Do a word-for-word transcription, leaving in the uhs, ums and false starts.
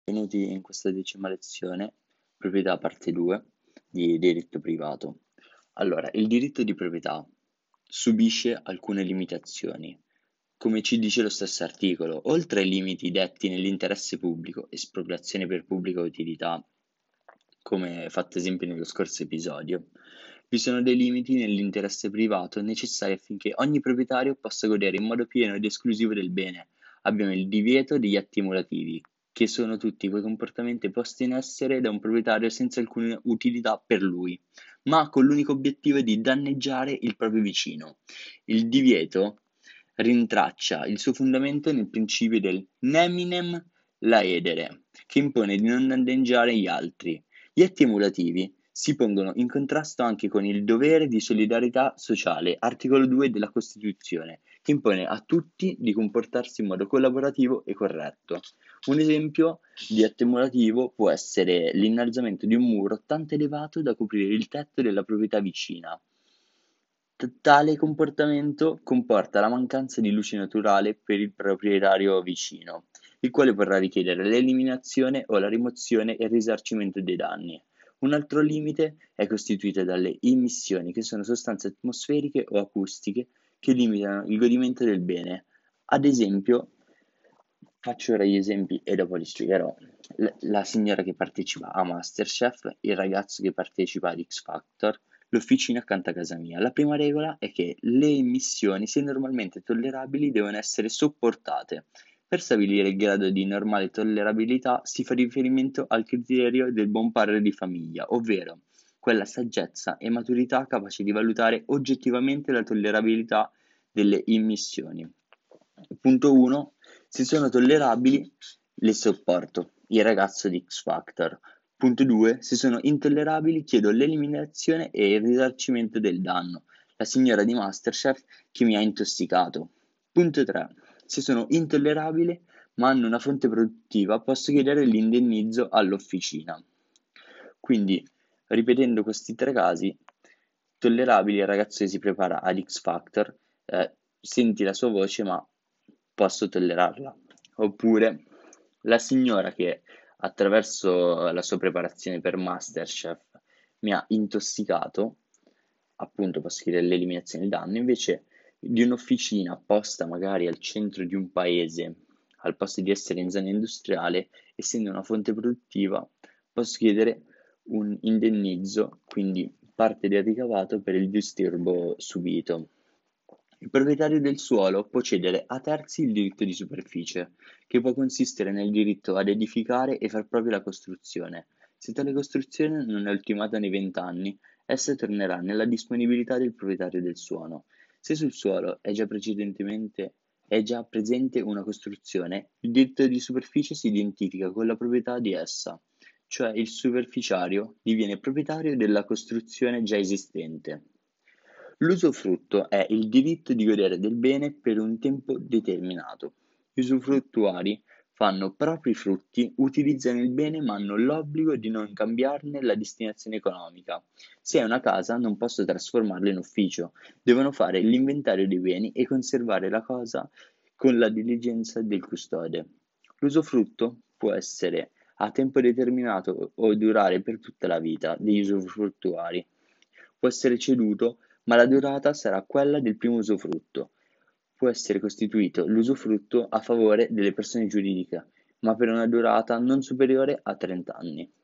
Benvenuti in questa decima lezione, proprietà parte due di diritto privato. Allora, il diritto di proprietà subisce alcune limitazioni. Come ci dice lo stesso articolo, oltre ai limiti detti nell'interesse pubblico, espropriazione per pubblica utilità, come fatto esempio nello scorso episodio, vi sono dei limiti nell'interesse privato necessari affinché ogni proprietario possa godere in modo pieno ed esclusivo del bene. Abbiamo il divieto degli atti emulativi, che sono tutti quei comportamenti posti in essere da un proprietario senza alcuna utilità per lui, ma con l'unico obiettivo di danneggiare il proprio vicino. Il divieto rintraccia il suo fondamento nel principio del neminem laedere, che impone di non danneggiare gli altri. Gli atti emulativi si pongono in contrasto anche con il dovere di solidarietà sociale, articolo due della Costituzione, che impone a tutti di comportarsi in modo collaborativo e corretto. Un esempio di atto emulativo può essere l'innalzamento di un muro tanto elevato da coprire il tetto della proprietà vicina. Tale comportamento comporta la mancanza di luce naturale per il proprietario vicino, il quale potrà richiedere l'eliminazione o la rimozione e il risarcimento dei danni. Un altro limite è costituito dalle immissioni, che sono sostanze atmosferiche o acustiche che limitano il godimento del bene. Ad esempio, faccio ora gli esempi e dopo li spiegherò. La, la signora che partecipa a MasterChef, il ragazzo che partecipa ad X Factor, l'officina accanto a casa mia. La prima regola è che le emissioni, se normalmente tollerabili, devono essere sopportate. Per stabilire il grado di normale tollerabilità si fa riferimento al criterio del buon padre di famiglia, ovvero quella saggezza e maturità capace di valutare oggettivamente la tollerabilità delle immissioni. Punto uno. Se sono tollerabili, le sopporto. Il ragazzo di X Factor. Punto due. Se sono intollerabili, chiedo l'eliminazione e il risarcimento del danno. La signora di Masterchef che mi ha intossicato. Punto tre. Se sono intollerabili, ma hanno una fonte produttiva, posso chiedere l'indennizzo all'officina. Quindi, ripetendo questi tre casi, tollerabili, il ragazzo che si prepara ad X Factor, eh, senti la sua voce ma posso tollerarla. Oppure la signora che attraverso la sua preparazione per MasterChef mi ha intossicato, appunto posso chiedere l'eliminazione del danno, invece di un'officina posta magari al centro di un paese, al posto di essere in zona industriale, essendo una fonte produttiva, posso chiedere un indennizzo, quindi parte del ricavato per il disturbo subito. Il proprietario del suolo può cedere a terzi il diritto di superficie, che può consistere nel diritto ad edificare e far propria la costruzione. Se tale costruzione non è ultimata nei venti anni, essa tornerà nella disponibilità del proprietario del suolo. Se sul suolo è già precedentemente è già presente una costruzione, il diritto di superficie si identifica con la proprietà di essa, cioè il superficiario diviene proprietario della costruzione già esistente. L'usufrutto è il diritto di godere del bene per un tempo determinato. Gli usufruttuari fanno propri frutti, utilizzano il bene ma hanno l'obbligo di non cambiarne la destinazione economica. Se è una casa non posso trasformarla in ufficio, devono fare l'inventario dei beni e conservare la cosa con la diligenza del custode. L'usufrutto può essere a tempo determinato o durare per tutta la vita degli usufruttuari. Può essere ceduto, ma la durata sarà quella del primo usufrutto. Può essere costituito l'usufrutto a favore delle persone giuridiche, ma per una durata non superiore a trenta anni.